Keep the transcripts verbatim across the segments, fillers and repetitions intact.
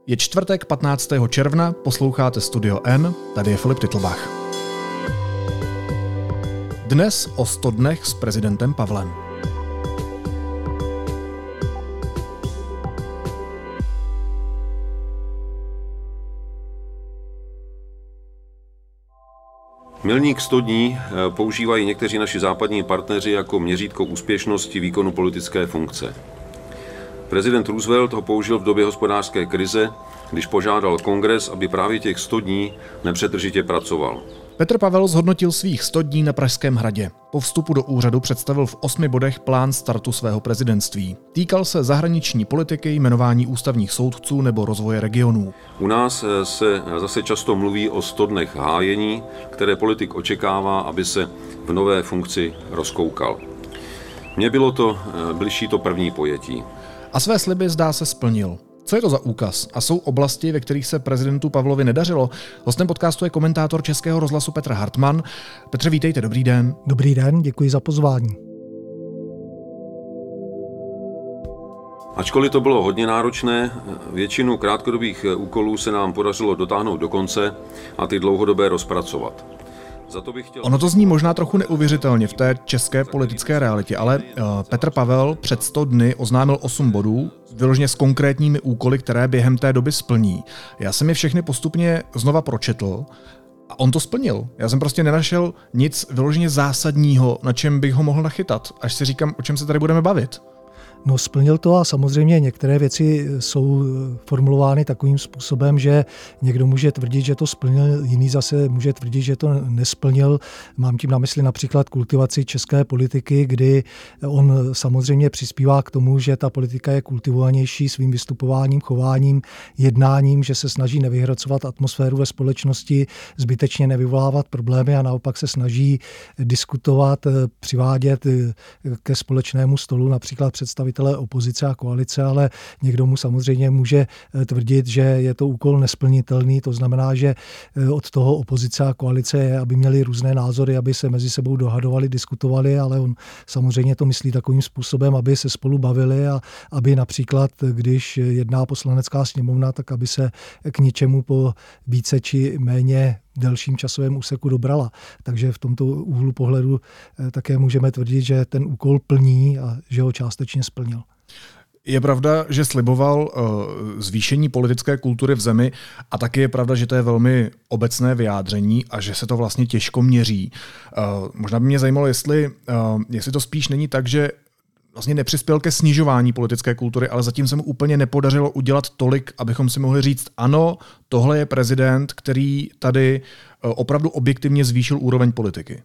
Je čtvrtek patnáctého června, posloucháte Studio N, tady je Filip Titlbach. Dnes o sto dnech s prezidentem Pavlem. Milník sto dní používají někteří naši západní partneři jako měřítko úspěšnosti výkonu politické funkce. Prezident Roosevelt ho použil v době hospodářské krize, když požádal kongres, aby právě těch sto dní nepřetržitě pracoval. Petr Pavel zhodnotil svých sto dní na Pražském hradě. Po vstupu do úřadu představil v osmi bodech plán startu svého prezidentství. Týkal se zahraniční politiky, jmenování ústavních soudců nebo rozvoje regionů. U nás se zase často mluví o sto dnech hájení, které politik očekává, aby se v nové funkci rozkoukal. Mně bylo to bližší to první pojetí. A své sliby zdá se splnil. Co je to za úkaz? A jsou oblasti, ve kterých se prezidentu Pavlovi nedařilo? Hostem podcastu je komentátor Českého rozhlasu Petr Hartman. Petře, vítejte, dobrý den. Dobrý den, děkuji za pozvání. Ačkoliv to bylo hodně náročné, většinu krátkodobých úkolů se nám podařilo dotáhnout do konce a ty dlouhodobé rozpracovat. Za to bych chtěl... Ono to zní možná trochu neuvěřitelně v té české politické realitě, ale uh, Petr Pavel před sto dny oznámil osm bodů, vyloženě s konkrétními úkoly, které během té doby splní. Já jsem je všechny postupně znova pročetl a on to splnil. Já jsem prostě nenašel nic vyloženě zásadního, na čem bych ho mohl nachytat, až si říkám, o čem se tady budeme bavit. No, splnil to a samozřejmě některé věci jsou formulovány takovým způsobem, že někdo může tvrdit, že to splnil, jiný zase může tvrdit, že to nesplnil. Mám tím na mysli například kultivaci české politiky, kdy on samozřejmě přispívá k tomu, že ta politika je kultivovanější svým vystupováním, chováním, jednáním, že se snaží nevyhrocovat atmosféru ve společnosti, zbytečně nevyvolávat problémy a naopak se snaží diskutovat, přivádět ke společnému stolu například představit opozice a koalice, ale někdo mu samozřejmě může tvrdit, že je to úkol nesplnitelný. To znamená, že od toho opozice a koalice je, aby měli různé názory, aby se mezi sebou dohadovali, diskutovali, ale on samozřejmě to myslí takovým způsobem, aby se spolu bavili a aby například, když jedná poslanecká sněmovna, tak aby se k ničemu po více či méně delším časovém úseku dobrala. Takže v tomto úhlu pohledu také můžeme tvrdit, že ten úkol plní a že ho částečně splnil. Je pravda, že sliboval uh, zvýšení politické kultury v zemi a taky je pravda, že to je velmi obecné vyjádření a že se to vlastně těžko měří. Uh, možná by mě zajímalo, jestli, uh, jestli to spíš není tak, že vlastně nepřispěl ke snižování politické kultury, ale zatím se mu úplně nepodařilo udělat tolik, abychom si mohli říct, ano, tohle je prezident, který tady opravdu objektivně zvýšil úroveň politiky.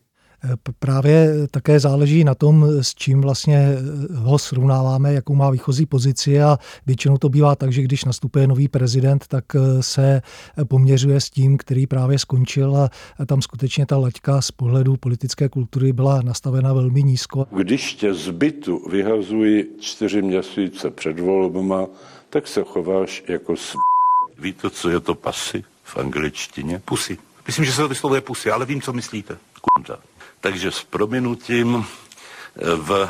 Právě také záleží na tom, s čím vlastně ho srovnáváme, jakou má výchozí pozici a většinou to bývá tak, že když nastupuje nový prezident, tak se poměřuje s tím, který právě skončil a tam skutečně ta laťka z pohledu politické kultury byla nastavena velmi nízko. Když tě z bytu vyhazují čtyři měsíce před volbama, tak se chováš jako s... Víte, co je to pasy v angličtině? Pusy. Myslím, že se to vyslovuje pusy, ale vím, co myslíte. Kunda. Takže s prominutím v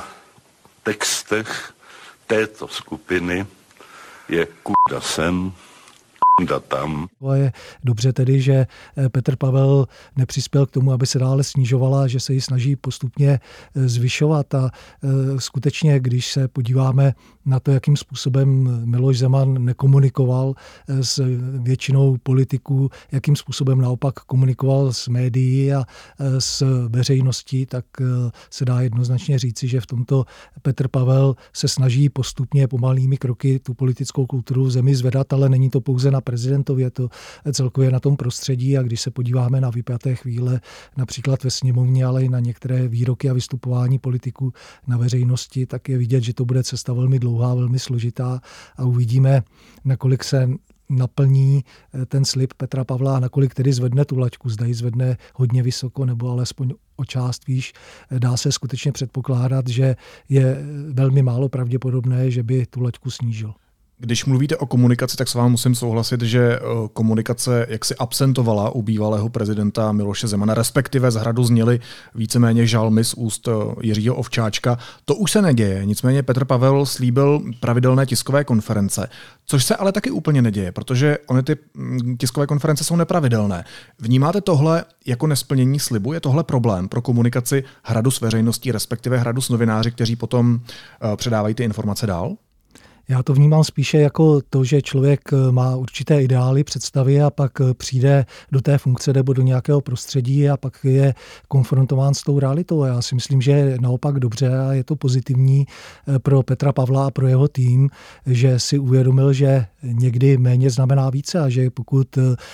textech této skupiny je kunda sem, kunda tam. Je dobře tedy, že Petr Pavel nepřispěl k tomu, aby se dále snižovala, že se ji snaží postupně zvyšovat a skutečně, když se podíváme na to, jakým způsobem Miloš Zeman nekomunikoval s většinou politiků, jakým způsobem naopak komunikoval s médií a s veřejností, tak se dá jednoznačně říci, že v tomto Petr Pavel se snaží postupně pomalými kroky tu politickou kulturu v zemi zvedat, ale není to pouze na prezidentovi, je to celkově na tom prostředí a když se podíváme na vypjaté chvíle například ve sněmovně, ale i na některé výroky a vystupování politiků na veřejnosti, tak je vidět, že to bude cesta velmi dlouhá, velmi složitá a uvidíme, nakolik se naplní ten slib Petra Pavla a nakolik tedy zvedne tu laťku, zda ji zvedne hodně vysoko nebo alespoň o část výš. Dá se skutečně předpokládat, že je velmi málo pravděpodobné, že by tu laťku snížil. Když mluvíte o komunikaci, tak s vámi musím souhlasit, že komunikace jaksi absentovala u bývalého prezidenta Miloše Zemana, respektive z Hradu zněly víceméně žalmy z úst Jiřího Ovčáčka. To už se neděje, nicméně Petr Pavel slíbil pravidelné tiskové konference, což se ale taky úplně neděje, protože ony ty tiskové konference jsou nepravidelné. Vnímáte tohle jako nesplnění slibu? Je tohle problém pro komunikaci Hradu s veřejností, respektive Hradu s novináři, kteří potom předávají ty informace dál? Já to vnímám spíše jako to, že člověk má určité ideály, představy a pak přijde do té funkce nebo do nějakého prostředí a pak je konfrontován s tou realitou. Já si myslím, že je naopak dobře a je to pozitivní pro Petra Pavla a pro jeho tým, že si uvědomil, že někdy méně znamená více a že pokud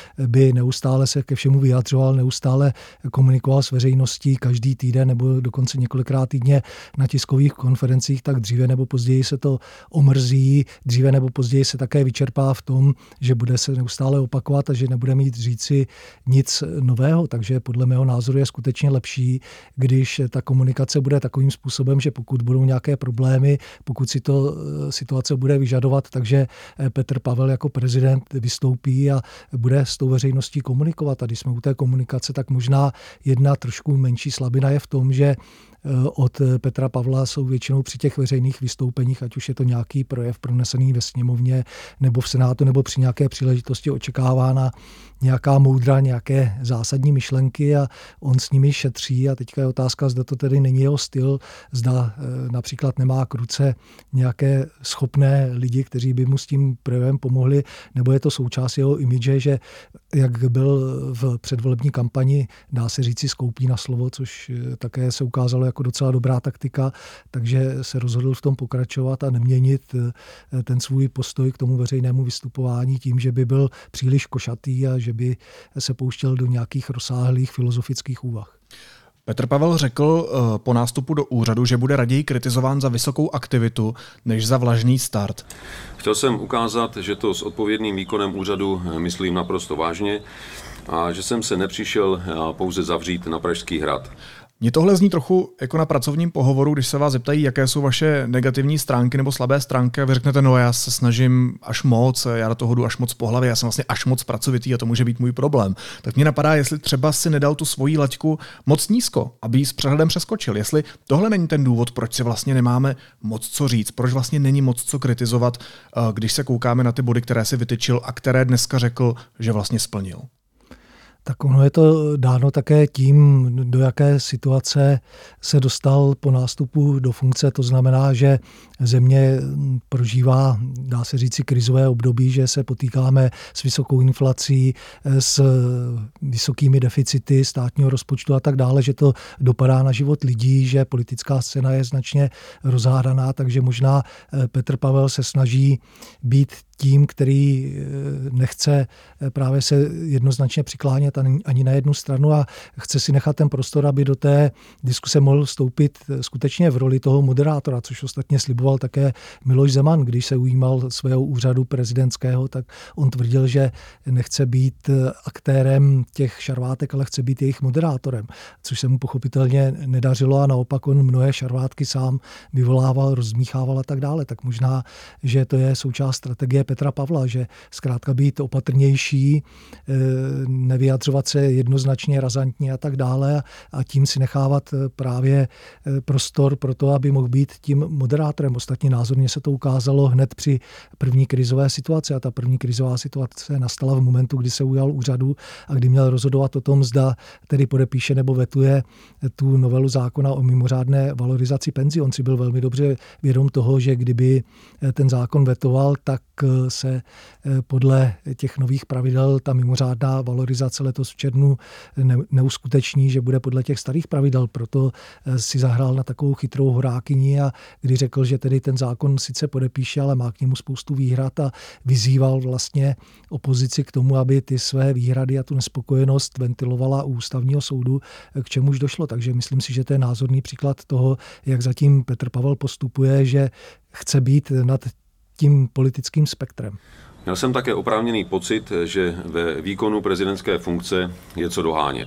by neustále se ke všemu vyjadřoval, neustále komunikoval s veřejností každý týden nebo dokonce několikrát týdně na tiskových konferencích, tak dříve nebo později se to omrzí. Dříve nebo později se také vyčerpá v tom, že bude se neustále opakovat a že nebude mít říci nic nového. Takže podle mého názoru je skutečně lepší, když ta komunikace bude takovým způsobem, že pokud budou nějaké problémy, pokud si to situace bude vyžadovat, takže Petr Pavel jako prezident vystoupí a bude s tou veřejností komunikovat. A když jsme u té komunikace, tak možná jedna trošku menší slabina je v tom, že od Petra Pavla jsou většinou při těch veřejných vystoupeních, ať už je to nějaký projev pronesený ve sněmovně nebo v Senátu nebo při nějaké příležitosti očekávána nějaká moudra, nějaké zásadní myšlenky a on s nimi šetří a teďka je otázka, zda to tedy není jeho styl, zda například nemá k ruce nějaké schopné lidi, kteří by mu s tím projevem pomohli, nebo je to součást jeho imidže, že jak byl v předvolební kampani, dá se říci, skoupí na slovo, což také se ukázalo jako docela dobrá taktika, takže se rozhodl v tom pokračovat a neměnit ten svůj postoj k tomu veřejnému vystupování tím, že by byl příliš košatý a že by se pouštěl do nějakých rozsáhlých filozofických úvah. Petr Pavel řekl po nástupu do úřadu, že bude raději kritizován za vysokou aktivitu, než za vlažný start. Chtěl jsem ukázat, že to s odpovědným výkonem úřadu myslím naprosto vážně a že jsem se nepřišel pouze zavřít na Pražský hrad. Mně tohle zní trochu jako na pracovním pohovoru, když se vás zeptají, jaké jsou vaše negativní stránky nebo slabé stránky a vy řeknete, no já se snažím až moc, já do toho jdu až moc po hlavě, já jsem vlastně až moc pracovitý a to může být můj problém. Tak mě napadá, jestli třeba si nedal tu svoji laťku moc nízko, aby ji s přehledem přeskočil. Jestli tohle není ten důvod, proč si vlastně nemáme moc co říct, proč vlastně není moc co kritizovat, když se koukáme na ty body, které si vytyčil a které dneska řekl, že vlastně splnil. Tak ono je to dáno také tím, do jaké situace se dostal po nástupu do funkce. To znamená, že země prožívá, dá se říci, krizové období, že se potýkáme s vysokou inflací, s vysokými deficity státního rozpočtu a tak dále, že to dopadá na život lidí, že politická scéna je značně rozhádaná, takže možná Petr Pavel se snaží být tím, který nechce právě se jednoznačně přiklánět ani na jednu stranu a chce si nechat ten prostor, aby do té diskuse mohl vstoupit skutečně v roli toho moderátora, což ostatně sliboval také Miloš Zeman, když se ujímal svého úřadu prezidentského, tak on tvrdil, že nechce být aktérem těch šarvátek, ale chce být jejich moderátorem, což se mu pochopitelně nedařilo a naopak on mnohé šarvátky sám vyvolával, rozdmíchával a tak dále. Tak možná, že to je součást strategie Petra Pavla, že zkrátka být opatrnější, nevyjadřovat se jednoznačně, razantně a tak dále a tím si nechávat právě prostor pro to, aby mohl být tím moderátorem. Ostatně názorně se to ukázalo hned při první krizové situaci a ta první krizová situace nastala v momentu, kdy se ujal úřadu a kdy měl rozhodovat o tom, zda tedy podepíše nebo vetuje tu novelu zákona o mimořádné valorizaci penzí. On si byl velmi dobře vědom toho, že kdyby ten zákon vetoval, tak se podle těch nových pravidel ta mimořádná valorizace letos v červnu neuskuteční, že bude podle těch starých pravidel. Proto si zahrál na takovou chytrou horákyni a kdy řekl, že tedy ten zákon sice podepíše, ale má k němu spoustu výhrad a vyzýval vlastně opozici k tomu, aby ty své výhrady a tu nespokojenost ventilovala u ústavního soudu, k čemuž došlo. Takže myslím si, že to je názorný příklad toho, jak zatím Petr Pavel postupuje, že chce být nad tím politickým spektrem. Měl jsem také oprávněný pocit, že ve výkonu prezidentské funkce je co dohánět.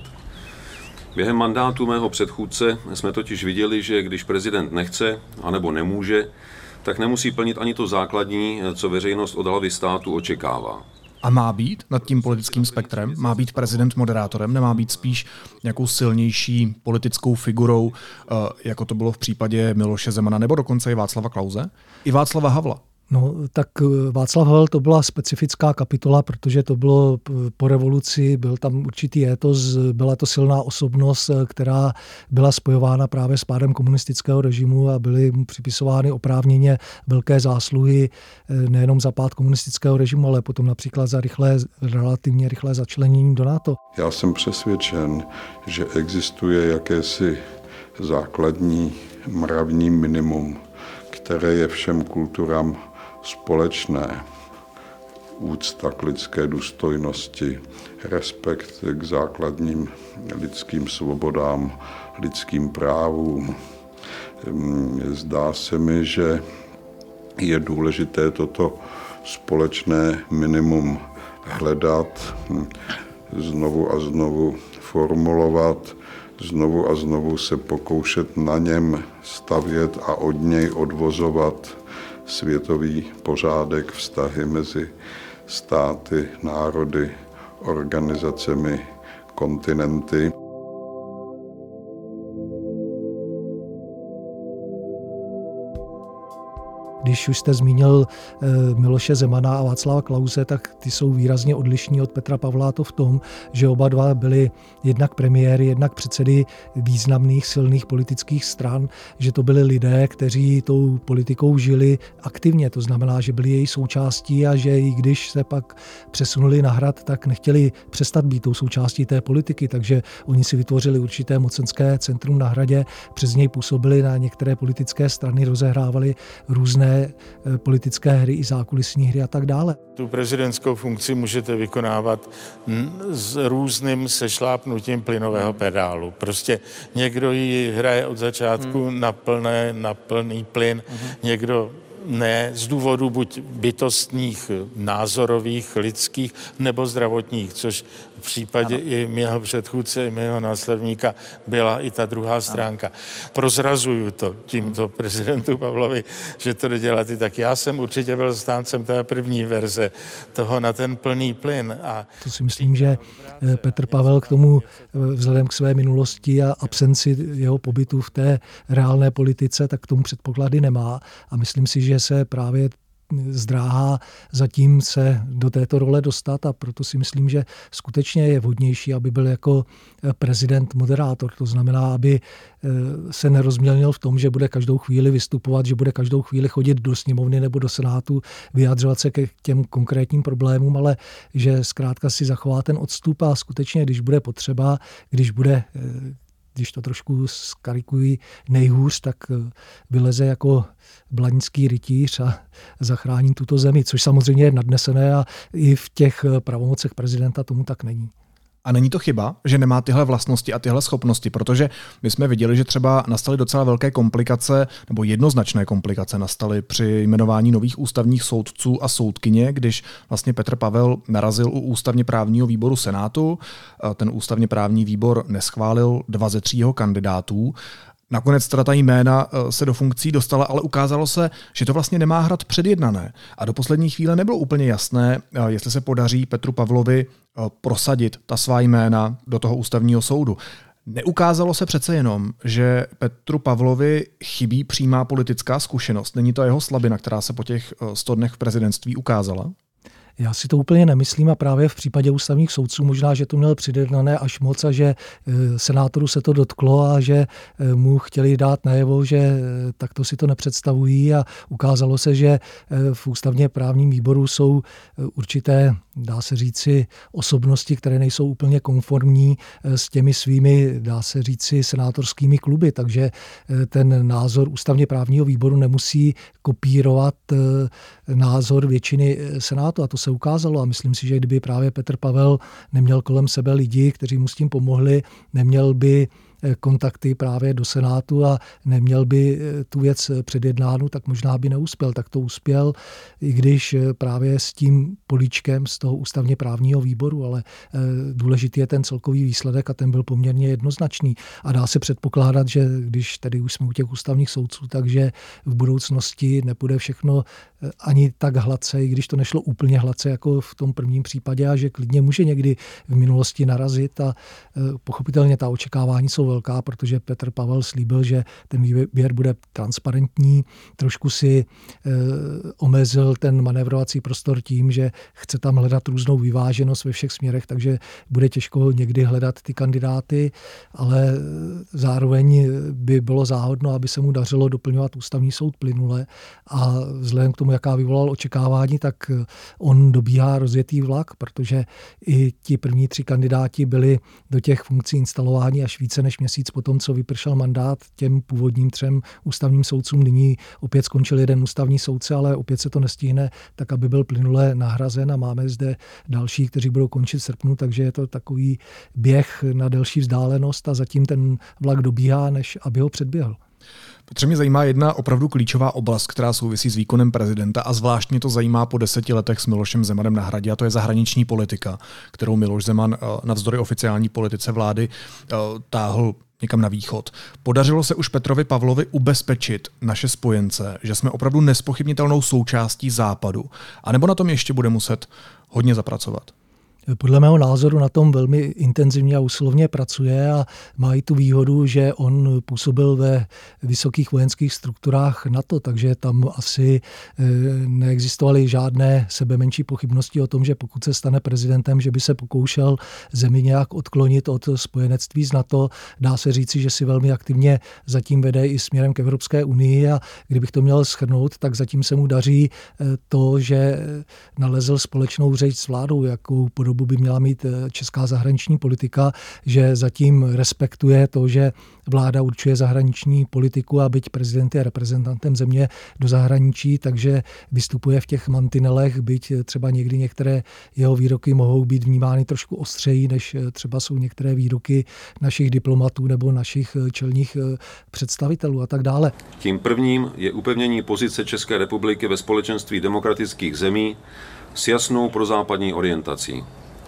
Během mandátu mého předchůdce jsme totiž viděli, že když prezident nechce anebo nemůže, tak nemusí plnit ani to základní, co veřejnost od hlavy státu očekává. A má být nad tím politickým spektrem? Má být prezident moderátorem? Nemá být spíš nějakou silnější politickou figurou, jako to bylo v případě Miloše Zemana nebo dokonce i Václava Klause? I Václava Havla? No, tak Václav Havel to byla specifická kapitola, protože to bylo po revoluci, byl tam určitý étos, byla to silná osobnost, která byla spojována právě s pádem komunistického režimu a byly mu připisovány oprávněně velké zásluhy nejenom za pád komunistického režimu, ale potom například za rychlé, relativně rychlé začlenění do NATO. Já jsem přesvědčen, že existuje jakési základní mravní minimum, které je všem kulturám společné. Úcta k lidské důstojnosti, respekt k základním lidským svobodám, lidským právům. Zdá se mi, že je důležité toto společné minimum hledat, znovu a znovu formulovat, znovu a znovu se pokoušet na něm stavět a od něj odvozovat světový pořádek, vztahy mezi státy, národy, organizacemi, kontinenty. Když už jste zmínil Miloše Zemana a Václava Klause, tak ty jsou výrazně odlišní od Petra Pavla, to v tom, že oba dva byli jednak premiéry, jednak předsedy významných, silných politických stran, že to byli lidé, kteří tou politikou žili aktivně, to znamená, že byli její součástí a že i když se pak přesunuli na Hrad, tak nechtěli přestat být tou součástí té politiky, takže oni si vytvořili určité mocenské centrum na Hradě, přes něj působili na některé politické strany, rozehrávali různé politické hry i zákulisní hry a tak dále. Tu prezidentskou funkci můžete vykonávat s různým sešlápnutím plynového pedálu. Prostě někdo ji hraje od začátku hmm. na, plné, na plný plyn, hmm. někdo ne, z důvodu buď bytostních, názorových, lidských nebo zdravotních, což v případě ano. i mého předchůdce, i mého následníka byla i ta druhá stránka. Ano. Prozrazuju to tímto prezidentu Pavlovi, že to dodělat i tak. Já jsem určitě byl zastáncem té první verze toho na ten plný plyn. A to si myslím, že Petr Pavel k tomu vzhledem k své minulosti a absenci jeho pobytu v té reálné politice, tak k tomu předpoklady nemá. A myslím si, že se právě zdráhá zatím se do této role dostat a proto si myslím, že skutečně je vhodnější, aby byl jako prezident moderátor. To znamená, aby se nerozmělnil v tom, že bude každou chvíli vystupovat, že bude každou chvíli chodit do sněmovny nebo do senátu, vyjadřovat se k těm konkrétním problémům, ale že zkrátka si zachová ten odstup a skutečně, když bude potřeba, když bude když to trošku skarikují nejhůř, tak vyleze jako blanický rytíř a zachrání tuto zemi, což samozřejmě je nadnesené a i v těch pravomocech prezidenta tomu tak není. A není to chyba, že nemá tyhle vlastnosti a tyhle schopnosti, protože my jsme viděli, že třeba nastaly docela velké komplikace, nebo jednoznačné komplikace nastaly při jmenování nových ústavních soudců a soudkyně, když vlastně Petr Pavel narazil u ústavně právního výboru Senátu. Ten ústavně právní výbor neschválil dva ze tří jeho kandidátů. Nakonec teda ta jména se do funkcí dostala, ale ukázalo se, že to vlastně nemá hrad předjednané. A do poslední chvíle nebylo úplně jasné, jestli se podaří Petru Pavlovi prosadit ta svá jména do toho ústavního soudu. Neukázalo se přece jenom, že Petru Pavlovi chybí přímá politická zkušenost. Není to jeho slabina, která se po těch sto dnech v prezidentství ukázala? Já si to úplně nemyslím a právě v případě ústavních soudců možná, že to měl předjednané až moc a že senátorů se to dotklo a že mu chtěli dát najevo, že takto si to nepředstavují a ukázalo se, že v ústavně právním výboru jsou určité, dá se říci, osobnosti, které nejsou úplně konformní s těmi svými, dá se říci, senátorskými kluby, takže ten názor ústavně právního výboru nemusí kopírovat názor většiny senátu a to se ukázalo a myslím si, že kdyby právě Petr Pavel neměl kolem sebe lidi, kteří mu s tím pomohli, neměl by kontakty právě do Senátu a neměl by tu věc předjednánu, tak možná by neuspěl. Tak to uspěl, i když právě s tím políčkem z toho ústavně právního výboru, ale důležitý je ten celkový výsledek a ten byl poměrně jednoznačný. A dá se předpokládat, že když tady už jsme u těch ústavních soudců, takže v budoucnosti nepůjde všechno ani tak hladce, i když to nešlo úplně hladce jako v tom prvním případě a že klidně může někdy v minulosti narazit a pochopitelně ta očekávání jsou velká, protože Petr Pavel slíbil, že ten výběr bude transparentní, trošku si e, omezil ten manévrovací prostor tím, že chce tam hledat různou vyváženost ve všech směrech, takže bude těžko někdy hledat ty kandidáty, ale zároveň by bylo záhodno, aby se mu dařilo doplňovat ústavní soud plynule a vzhledem k tomu, jaká vyvolal očekávání, tak on dobíhá rozjetý vlak, protože i ti první tři kandidáti byli do těch funkcí instalováni až více než měsíc potom, co vypršel mandát těm původním třem ústavním soudcům. Nyní opět skončil jeden ústavní soudce, ale opět se to nestihne tak, aby byl plynule nahrazen a máme zde další, kteří budou končit v srpnu, takže je to takový běh na delší vzdálenost a zatím ten vlak dobíhá, než aby ho předběhl. Petře, mě zajímá jedna opravdu klíčová oblast, která souvisí s výkonem prezidenta a zvláštně to zajímá po deseti letech s Milošem Zemanem na hradě, a to je zahraniční politika, kterou Miloš Zeman navzdory oficiální politice vlády táhl někam na východ. Podařilo se už Petrovi Pavlovi ubezpečit naše spojence, že jsme opravdu nespochybnitelnou součástí Západu, anebo na tom ještě bude muset hodně zapracovat? Podle mého názoru na tom velmi intenzivně a usilovně pracuje a má i tu výhodu, že on působil ve vysokých vojenských strukturách NATO, takže tam asi neexistovaly žádné sebemenší pochybnosti o tom, že pokud se stane prezidentem, že by se pokoušel zemi nějak odklonit od spojenectví z NATO. Dá se říci, že si velmi aktivně zatím vede i směrem k Evropské unii a kdybych to měl shrnout, tak zatím se mu daří to, že nalezl společnou řeč s vládou, jakou podobu by měla mít česká zahraniční politika, že zatím respektuje to, že vláda určuje zahraniční politiku a byť prezident je reprezentantem země do zahraničí, takže vystupuje v těch mantinelech, byť třeba někdy některé jeho výroky mohou být vnímány trošku ostřeji, než třeba jsou některé výroky našich diplomatů nebo našich čelních představitelů a tak dále. Tím prvním je upevnění pozice České republiky ve společenství demokratických zemí s jasnou prozápadní orientací.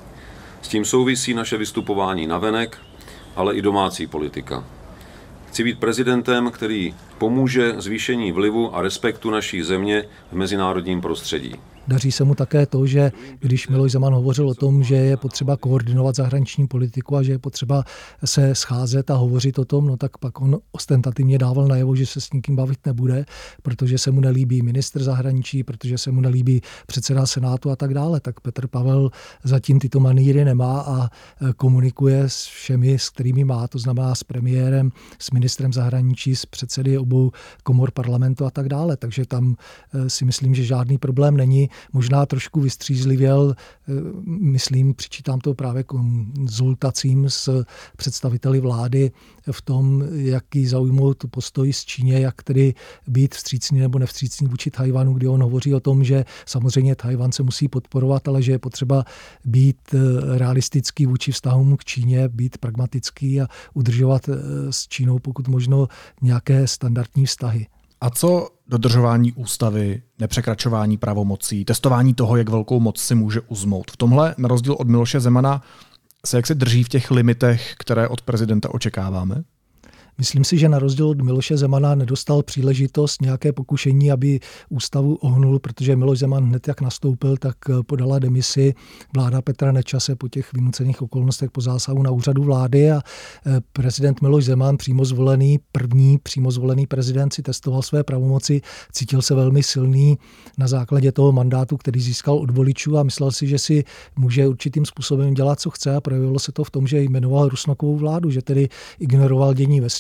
S tím souvisí naše vystupování navenek, ale i domácí politika. Chci být prezidentem, který pomůže zvýšení vlivu a respektu naší země v mezinárodním prostředí. Daří se mu také to, že když Miloš Zeman hovořil o tom, že je potřeba koordinovat zahraniční politiku a že je potřeba se scházet a hovořit o tom, no tak pak on ostentativně dával najevo, že se s nikým bavit nebude, protože se mu nelíbí ministr zahraničí, protože se mu nelíbí předseda Senátu a tak dále. Tak Petr Pavel zatím tyto maníry nemá a komunikuje s všemi, s kterými má, to znamená s premiérem, s ministrem zahraničí, s předsedy obou komor parlamentu a tak dále. Takže tam si myslím, že žádný problém není. Možná trošku vystřízlivěl, myslím, přičítám to právě konzultacím s představiteli vlády v tom, jaký zaujmout postoj z Číně, jak tedy být vstřícný nebo nevstřícný vůči Tchaj-wanu, kdy on hovoří o tom, že samozřejmě Tchaj-wan se musí podporovat, ale že je potřeba být realistický vůči vztahům k Číně, být pragmatický a udržovat s Čínou pokud možno nějaké standardní vztahy. A co dodržování ústavy, nepřekračování pravomocí, testování toho, jak velkou moc si může uzmout? V tomhle, na rozdíl od Miloše Zemana, se jak se drží v těch limitech, které od prezidenta očekáváme? Myslím si, že na rozdíl od Miloše Zemana nedostal příležitost nějaké pokušení, aby ústavu ohnul, protože Miloš Zeman hned jak nastoupil, tak podala demisi vláda Petra Nečase po těch vynucených okolnostech po zásahu na úřadu vlády a prezident Miloš Zeman, přímo zvolený, první přímo zvolený prezident, si testoval své pravomoci, cítil se velmi silný na základě toho mandátu, který získal od voličů a myslel si, že si může určitým způsobem dělat, co chce a projevilo se to v tom, že jmenoval Rusnokovou vládu, že tedy ignoroval dění ve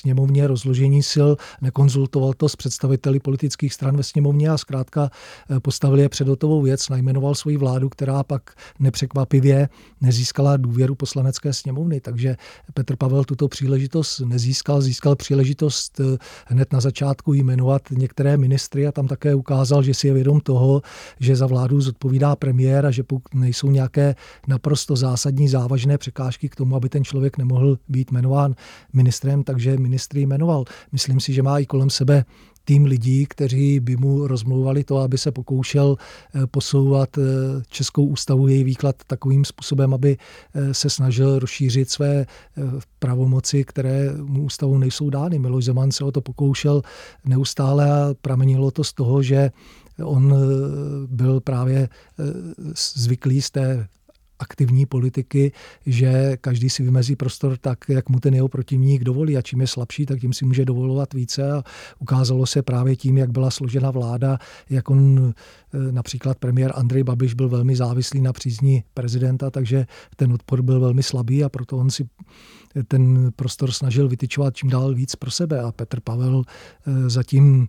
sněmovně rozložení sil, nekonzultoval to s představiteli politických stran ve sněmovně a zkrátka postavil je před hotovou věc, najmenoval svoji vládu, která pak nepřekvapivě nezískala důvěru poslanecké sněmovny. Takže Petr Pavel tuto příležitost nezískal, získal příležitost hned na začátku jmenovat některé ministry a tam také ukázal, že si je vědom toho, že za vládu zodpovídá premiér a že pokud nejsou nějaké naprosto zásadní závažné překážky k tomu, aby ten člověk nemohl být jmenován ministrem, takže ministry jmenoval. Myslím si, že má i kolem sebe tým lidí, kteří by mu rozmlouvali to, aby se pokoušel posouvat českou ústavu, její výklad takovým způsobem, aby se snažil rozšířit své pravomoci, které mu ústavou nejsou dány. Miloš Zeman se o to pokoušel neustále a pramenilo to z toho, že on byl právě zvyklý z té aktivní politiky, že každý si vymezí prostor tak, jak mu ten jeho protivník dovolí a čím je slabší, tak tím si může dovolovat více a ukázalo se právě tím, jak byla složena vláda, jak on například premiér Andrej Babiš byl velmi závislý na přízni prezidenta, takže ten odpor byl velmi slabý a proto on si ten prostor snažil vytyčovat čím dál víc pro sebe a Petr Pavel zatím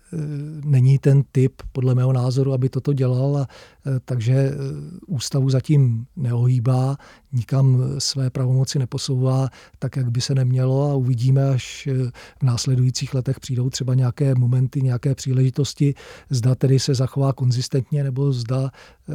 není ten typ, podle mého názoru, aby toto dělal, a takže ústavu zatím neohýbá, nikam své pravomoci neposouvá tak, jak by se nemělo a uvidíme, až v následujících letech přijdou třeba nějaké momenty, nějaké příležitosti, zda tedy se zachová konzistentně, nebo zda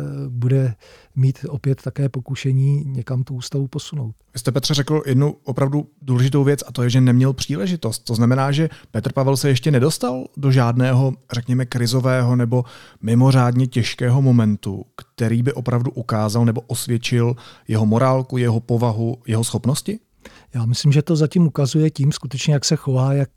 bude mít opět také pokušení někam tu ústavu posunout. Vy jste, Petře, řekl jednu opravdu důležitou věc a to je, že neměl příležitost. To znamená, že Petr Pavel se ještě nedostal do žádného, řekněme, krizového nebo mimořádně těžkého momentu, který by opravdu ukázal nebo osvědčil jeho morálku, jeho povahu, jeho schopnosti? Já myslím, že to zatím ukazuje tím skutečně, jak se chová, jak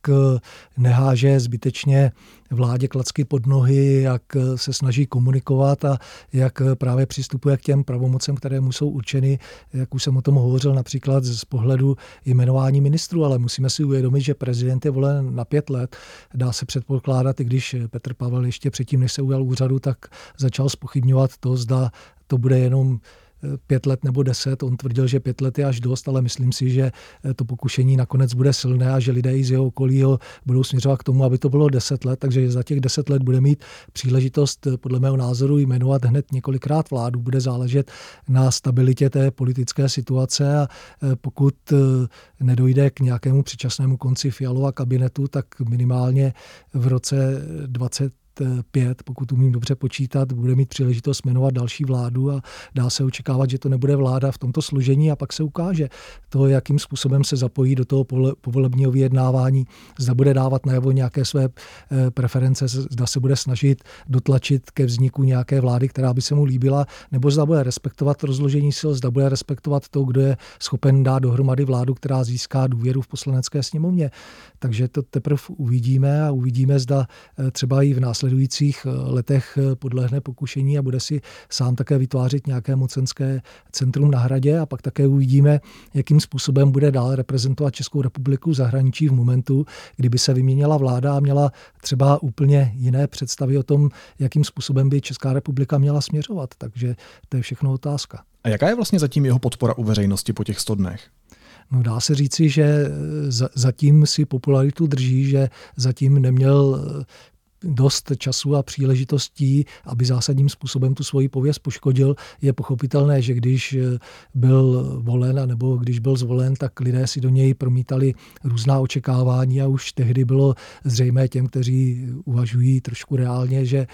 neháže zbytečně vládě klacky pod nohy, jak se snaží komunikovat a jak právě přistupuje k těm pravomocem, které mu jsou určeny, jak už jsem o tom hovořil například z pohledu jmenování ministrů, ale musíme si uvědomit, že prezident je volen na pět let. Dá se předpokládat, i když Petr Pavel ještě předtím, než se ujal úřadu, tak začal zpochybňovat to, zda to bude jenom pět let nebo deset. On tvrdil, že pět let je až dost, ale myslím si, že to pokušení nakonec bude silné a že lidé z jeho okolí ho budou směřovat k tomu, aby to bylo deset let, takže za těch deset let bude mít příležitost podle mého názoru jmenovat hned několikrát vládu. Bude záležet na stabilitě té politické situace a pokud nedojde k nějakému předčasnému konci Fialova kabinetu, tak minimálně v roce dvacet pět, pokud umím dobře počítat, bude mít příležitost jmenovat další vládu a dá se očekávat, že to nebude vláda v tomto složení a pak se ukáže to, jakým způsobem se zapojí do toho povolebního vyjednávání, zda bude dávat najevo nějaké své preference, zda se bude snažit dotlačit ke vzniku nějaké vlády, která by se mu líbila, nebo zda bude respektovat rozložení sil, zda bude respektovat to, kdo je schopen dát dohromady vládu, která získá důvěru v poslanecké sněmovně. Takže to teprve uvidíme a uvidíme, zda třeba i v následujících letech podlehne pokušení a bude si sám také vytvářet nějaké mocenské centrum na Hradě a pak také uvidíme, jakým způsobem bude dál reprezentovat Českou republiku v zahraničí v momentu, kdyby se vyměnila vláda a měla třeba úplně jiné představy o tom, jakým způsobem by Česká republika měla směřovat. Takže to je všechno otázka. A jaká je vlastně zatím jeho podpora u veřejnosti po těch sto dnech? No, dá se říci, že zatím si popularitu drží, že zatím neměl dost času a příležitostí, aby zásadním způsobem tu svoji pověst poškodil. Je pochopitelné, že když byl volen nebo když byl zvolen, tak lidé si do něj promítali různá očekávání a už tehdy bylo zřejmé těm, kteří uvažují trošku reálně, že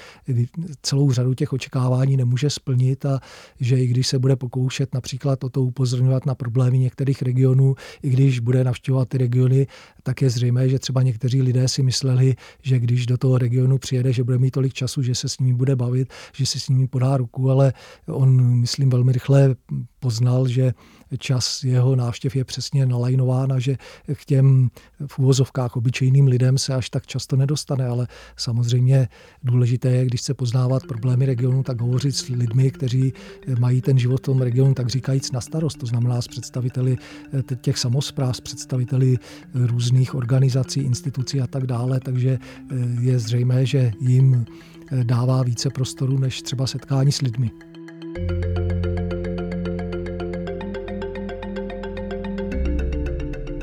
celou řadu těch očekávání nemůže splnit a že i když se bude pokoušet například o to upozorňovat na problémy některých regionů, i když bude navštěvovat ty regiony, tak je zřejmé, že třeba někteří lidé si mysleli, že když do toho regionu přijede, že bude mít tolik času, že se s nimi bude bavit, že si s nimi podá ruku, ale on, myslím, velmi rychle poznal, že čas jeho návštěv je přesně nalajnován a že k těm v uvozovkách obyčejným lidem se až tak často nedostane, ale samozřejmě důležité je, když se poznávat problémy regionu, tak hovořit s lidmi, kteří mají ten život v tom regionu, tak říkajíc na starost, to znamená s představiteli těch samospráv, s představiteli různých organizací, institucí a tak dále, takže je zřejmé, že jim dává více prostoru než třeba setkání s lidmi.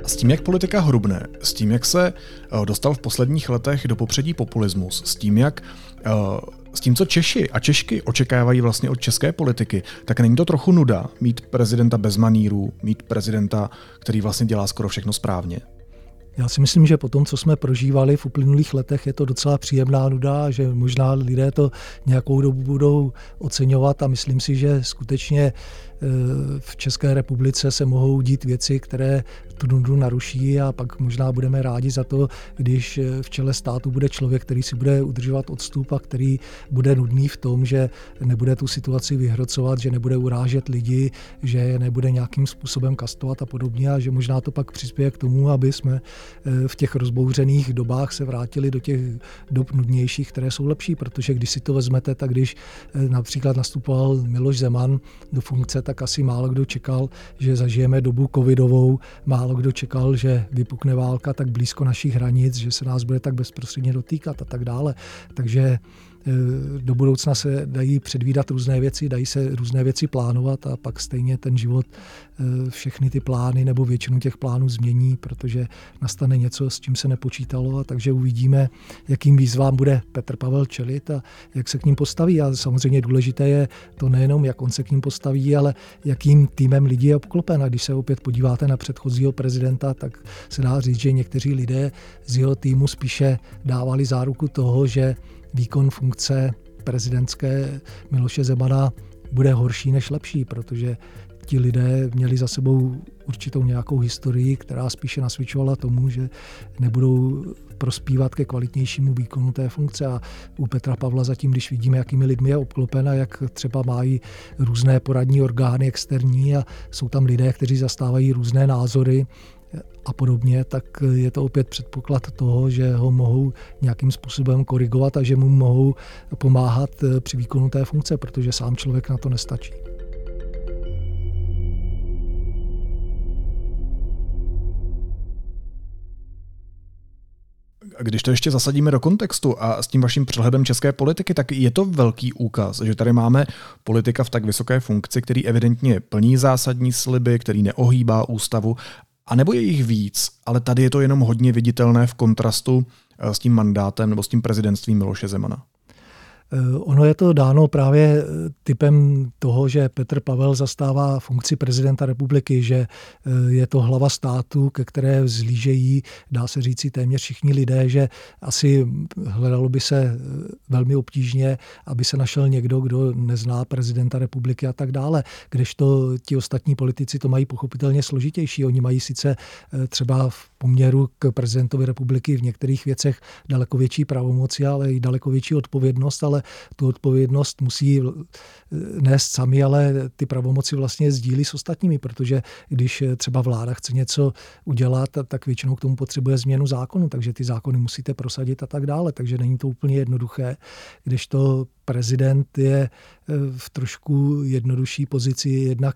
S tím, jak politika hrubne, s tím, jak se dostal v posledních letech do popředí populismus, s tím, jak s tím, co Češi a Češky očekávají vlastně od české politiky, tak není to trochu nuda mít prezidenta bez manýrů, mít prezidenta, který vlastně dělá skoro všechno správně? Já si myslím, že po tom, co jsme prožívali v uplynulých letech, je to docela příjemná nuda, že možná lidé to nějakou dobu budou oceňovat a myslím si, že skutečně v České republice se mohou dít věci, které tu nudu naruší a pak možná budeme rádi za to, když v čele státu bude člověk, který si bude udržovat odstup a který bude nudný v tom, že nebude tu situaci vyhrocovat, že nebude urážet lidi, že je nebude nějakým způsobem kastovat a podobně a že možná to pak přispěje k tomu, aby jsme v těch rozbouřených dobách se vrátili do těch dob nudnějších, které jsou lepší, protože když si to vezmete, tak když například nastupoval Miloš Zeman do funkce, tak asi málo kdo čekal, že zažijeme dobu covidovou, málo kdo čekal, že vypukne válka tak blízko našich hranic, že se nás bude tak bezprostředně dotýkat a tak dále. Takže do budoucna se dají předvídat různé věci, dají se různé věci plánovat a pak stejně ten život všechny ty plány nebo většinu těch plánů změní, protože nastane něco, s čím se nepočítalo a takže uvidíme, jakým výzvám bude Petr Pavel čelit a jak se k ním postaví. A samozřejmě důležité je to nejenom, jak on se k ním postaví, ale jakým týmem lidí je obklopen. A když se opět podíváte na předchozího prezidenta, tak se dá říct, že někteří lidé z jeho týmu spíše dávali záruku toho, že výkon funkce prezidentské Miloše Zemana bude horší než lepší, protože ti lidé měli za sebou určitou nějakou historii, která spíše nasvědčovala tomu, že nebudou prospívat ke kvalitnějšímu výkonu té funkce. A u Petra Pavla zatím, když vidíme, jakými lidmi je obklopen a jak třeba mají různé poradní orgány externí a jsou tam lidé, kteří zastávají různé názory, a podobně, tak je to opět předpoklad toho, že ho mohou nějakým způsobem korigovat a že mu mohou pomáhat při výkonu té funkce, protože sám člověk na to nestačí. Když to ještě zasadíme do kontextu a s tím vaším přehledem české politiky, tak je to velký úkaz, že tady máme politika v tak vysoké funkci, který evidentně plní zásadní sliby, který neohýbá ústavu. A nebo je jich víc, ale tady je to jenom hodně viditelné v kontrastu s tím mandátem nebo s tím prezidentstvím Miloše Zemana. Ono je to dáno právě typem toho, že Petr Pavel zastává funkci prezidenta republiky, že je to hlava státu, ke které vzlížejí, dá se říci téměř všichni lidé, že asi hledalo by se velmi obtížně, aby se našel někdo, kdo nezná prezidenta republiky a tak dále. Kdežto ti ostatní politici to mají pochopitelně složitější. Oni mají sice třeba v poměru k prezidentovi republiky v některých věcech daleko větší pravomoci, ale i daleko větší odpovědnost, ale tu odpovědnost musí nést sami, ale ty pravomoci vlastně sdílí s ostatními, protože když třeba vláda chce něco udělat, tak většinou k tomu potřebuje změnu zákonu, takže ty zákony musíte prosadit a tak dále, takže není to úplně jednoduché, kdežto prezident je v trošku jednodušší pozici, jednak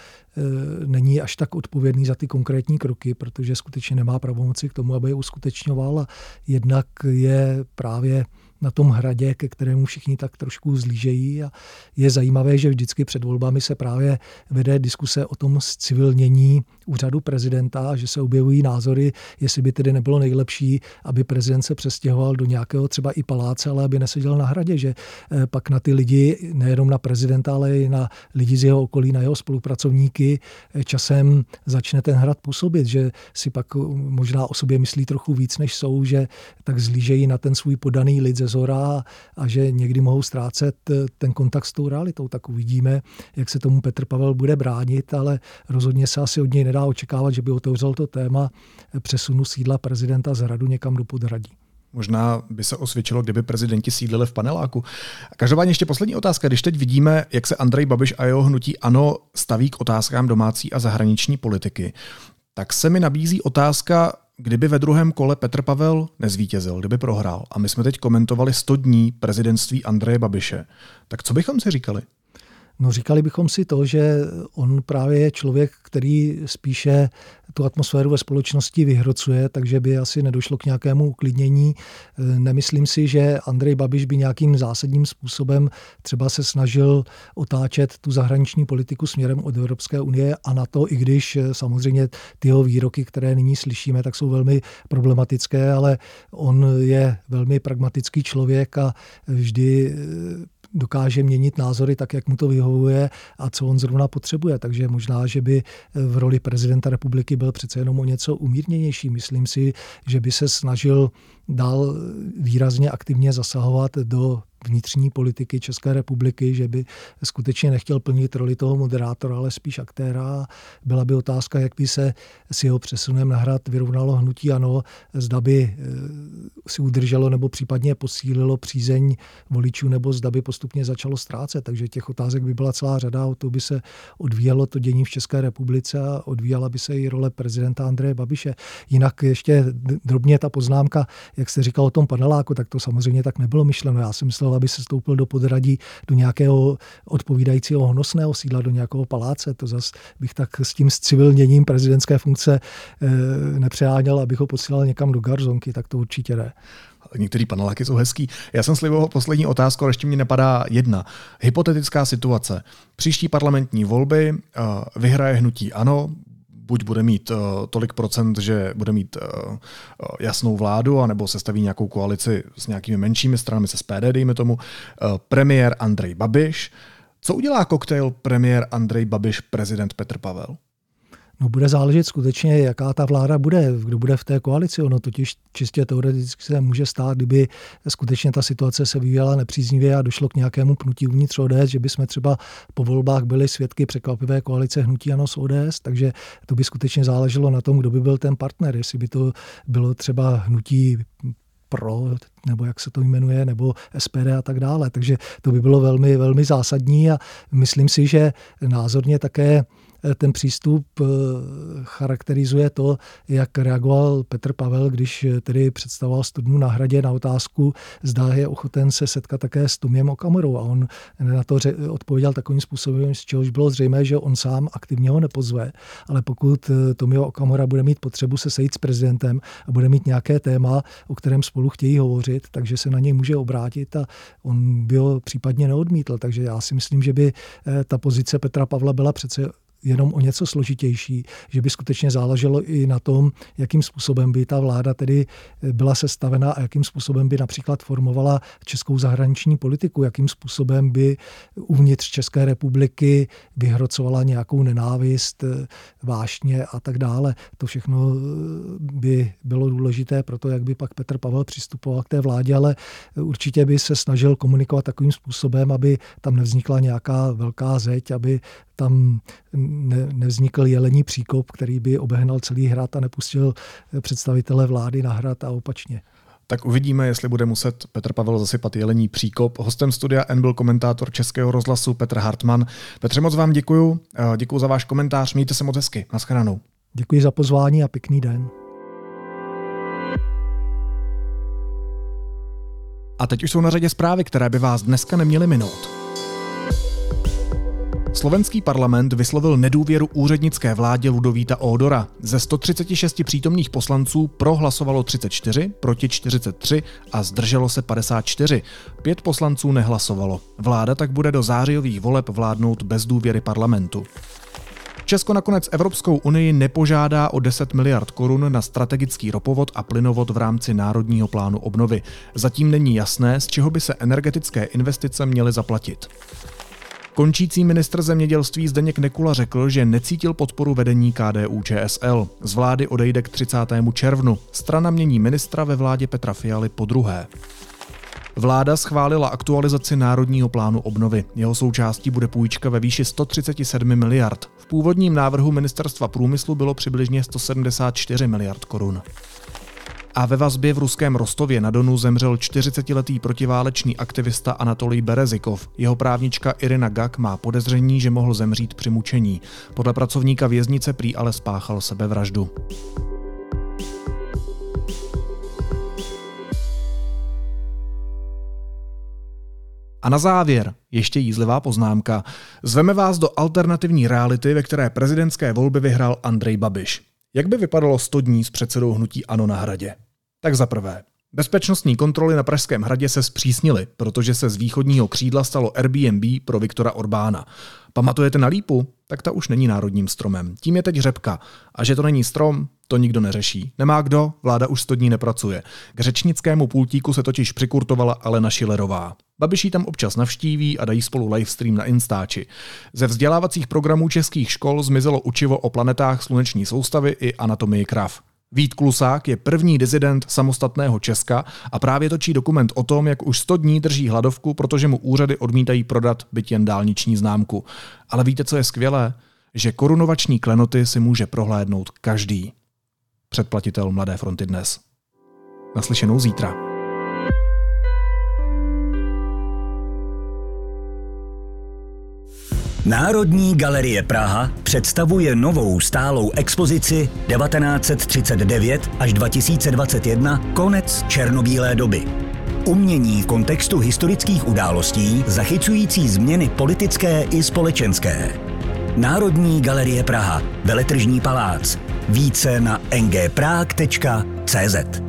není až tak odpovědný za ty konkrétní kroky, protože skutečně nemá pravomoci k tomu, aby je uskutečňoval a jednak je právě na tom hradě, ke kterému všichni tak trošku zlížejí a je zajímavé, že vždycky před volbami se právě vede diskuse o tom zcivilnění úřadu prezidenta, že se objevují názory, jestli by tedy nebylo nejlepší, aby prezident se přestěhoval do nějakého třeba i paláce, ale aby neseděl na hradě, že pak na ty lidi, nejenom na prezidenta, ale i na lidi z jeho okolí, na jeho spolupracovníky časem začne ten hrad působit, že si pak možná o sobě myslí trochu víc, než jsou, že tak zlížejí na ten svůj podaný lid ze zhora a že někdy mohou ztrácet ten kontakt s tou realitou. Tak uvidíme, jak se tomu Petr Pavel bude bránit, ale rozhodně se asi od něj nedá očekávat, že by otevřel to téma přesunu sídla prezidenta z hradu někam do podhradí. Možná by se osvědčilo, kdyby prezidenti sídlili v paneláku. Každopádně ještě poslední otázka. Když teď vidíme, jak se Andrej Babiš a jeho hnutí ANO staví k otázkám domácí a zahraniční politiky, tak se mi nabízí otázka, kdyby ve druhém kole Petr Pavel nezvítězil, kdyby prohrál a my jsme teď komentovali sto dní prezidentství Andreje Babiše, tak co bychom si říkali? No říkali bychom si to, že on právě je člověk, který spíše tu atmosféru ve společnosti vyhrocuje, takže by asi nedošlo k nějakému uklidnění. Nemyslím si, že Andrej Babiš by nějakým zásadním způsobem třeba se snažil otáčet tu zahraniční politiku směrem od Evropské unie a na to, i když samozřejmě ty jeho výroky, které nyní slyšíme, tak jsou velmi problematické, ale on je velmi pragmatický člověk a vždy dokáže měnit názory tak, jak mu to vyhovuje a co on zrovna potřebuje. Takže možná, že by v roli prezidenta republiky byl přece jenom o něco umírněnější. Myslím si, že by se snažil dál výrazně aktivně zasahovat do vnitřní politiky České republiky, že by skutečně nechtěl plnit roli toho moderátora, ale spíš aktéra. Byla by otázka, jak by se s jeho přesunem na Hrad vyrovnalo hnutí ANO, zda by si udrželo nebo případně posílilo přízeň voličů, nebo zda by postupně začalo ztrácet. Takže těch otázek by byla celá řada, o to by se odvíjelo to dění v České republice a odvíjela by se i role prezidenta Andreje Babiše. Jinak ještě drobně ta poznámka, jak jste říkal o tom paneláku, tak to samozřejmě tak nebylo myšleno. Já jsem myslel, aby se stoupil do podradí do nějakého odpovídajícího honosného sídla, do nějakého paláce. To zas bych tak s tím zcivilněním prezidentské funkce e, nepřeháněl, abych ho posílal někam do garzonky, tak to určitě ne. Některý paneláky jsou hezký. Já jsem sliboval poslední otázku, ale ještě mi napadá jedna. Hypotetická situace. Příští parlamentní volby, uh, vyhraje hnutí ANO, buď bude mít uh, tolik procent, že bude mít uh, uh, jasnou vládu, anebo sestaví nějakou koalici s nějakými menšími stranami, se S P D, dejme tomu, uh, premiér Andrej Babiš. Co udělá koktejl premiér Andrej Babiš, prezident Petr Pavel? No bude záležet skutečně, jaká ta vláda bude, kdo bude v té koalici. Ono totiž čistě teoreticky se může stát, kdyby skutečně ta situace se vyvíjela nepříznivě a došlo k nějakému pnutí uvnitř O D S, že bychom třeba po volbách byli svědky překvapivé koalice hnutí ANO s O D S, takže to by skutečně záleželo na tom, kdo by byl ten partner, jestli by to bylo třeba hnutí Pro, nebo jak se to jmenuje, nebo S P D a tak dále. Takže to by bylo velmi, velmi zásadní a myslím si, že názorně také ten přístup charakterizuje to, jak reagoval Petr Pavel, když tedy představoval Studnu na Hradě na otázku, zda je ochoten se setkat také s Tomiem Okamurou. A on na to odpověděl takovým způsobem, z čehož bylo zřejmé, že on sám aktivně ho nepozve. Ale pokud Tomio Okamura bude mít potřebu se sejít s prezidentem a bude mít nějaké téma, o kterém spolu chtějí hovořit, takže se na něj může obrátit a on by ho případně neodmítl. Takže já si myslím, že by ta pozice Petra Pavla byla přece jenom o něco složitější, že by skutečně záleželo i na tom, jakým způsobem by ta vláda tedy byla sestavena a jakým způsobem by například formovala českou zahraniční politiku, jakým způsobem by uvnitř České republiky vyhrocovala nějakou nenávist, vášně a tak dále. To všechno by bylo důležité pro to, jak by pak Petr Pavel přistupoval k té vládě, ale určitě by se snažil komunikovat takovým způsobem, aby tam nevznikla nějaká velká zeď, aby tam ne, nevznikl jelení příkop, který by obehnal celý Hrad a nepustil představitele vlády na Hrad a opačně. Tak uvidíme, jestli bude muset Petr Pavel zasypat jelení příkop. Hostem studia N byl komentátor Českého rozhlasu Petr Hartman. Petře, moc vám děkuju. Děkuju za váš komentář. Mějte se moc hezky. Naschledanou. Děkuji za pozvání a pěkný den. A teď už jsou na řadě zprávy, které by vás dneska neměly minout. Slovenský parlament vyslovil nedůvěru úřednické vládě Ludovíta Ódora. Ze sto třicet šest přítomných poslanců pro hlasovalo třicet čtyři, proti čtyřicet tři a zdrželo se padesát čtyři. Pět poslanců nehlasovalo. Vláda tak bude do zářijových voleb vládnout bez důvěry parlamentu. Česko nakonec Evropskou unii nepožádá o deset miliard korun na strategický ropovod a plynovod v rámci Národního plánu obnovy. Zatím není jasné, z čeho by se energetické investice měly zaplatit. Končící ministr zemědělství Zdeněk Nekula řekl, že necítil podporu vedení K D U Č S L. Z vlády odejde k třicátému červnu. Strana mění ministra ve vládě Petra Fialy podruhé. Vláda schválila aktualizaci Národního plánu obnovy. Jeho součástí bude půjčka ve výši sto třicet sedm miliard. V původním návrhu ministerstva průmyslu bylo přibližně sto sedmdesát čtyři miliard korun. A ve vazbě v ruském Rostově na Donu zemřel čtyřicetiletý protiválečný aktivista Anatolij Berezikov. Jeho právnička Irina Gak má podezření, že mohl zemřít při mučení. Podle pracovníka věznice prý ale spáchal sebevraždu. A na závěr ještě jízlivá poznámka. Zveme vás do alternativní reality, ve které prezidentské volby vyhrál Andrej Babiš. Jak by vypadalo sto dní s předsedou hnutí ANO na Hradě? Tak za prvé. Bezpečnostní kontroly na Pražském hradě se zpřísnily, protože se z východního křídla stalo Airbnb pro Viktora Orbána. Pamatujete na lípu? Tak ta už není národním stromem. Tím je teď řepka. A že to není strom, to nikdo neřeší. Nemá kdo, vláda už sto dní nepracuje. K řečnickému pultíku se totiž přikurtovala Alena Schillerová. Babiš jí tam občas navštíví a dají spolu livestream na Instači. Ze vzdělávacích programů českých škol zmizelo učivo o planetách sluneční soustavy i anatomii krav. Vít Klusák je první dizident samostatného Česka a právě točí dokument o tom, jak už sto dní drží hladovku, protože mu úřady odmítají prodat byť jen dálniční známku. Ale víte, co je skvělé? Že korunovační klenoty si může prohlédnout každý. Předplatitel Mladé fronty Dnes. Naslyšenou zítra. Národní galerie Praha představuje novou stálou expozici devatenáct třicet devět až dva tisíce dvacet jedna konec černobílé doby. Umění v kontextu historických událostí zachycující změny politické i společenské. Národní galerie Praha, Veletržní palác. Více na n g prague tečka c z.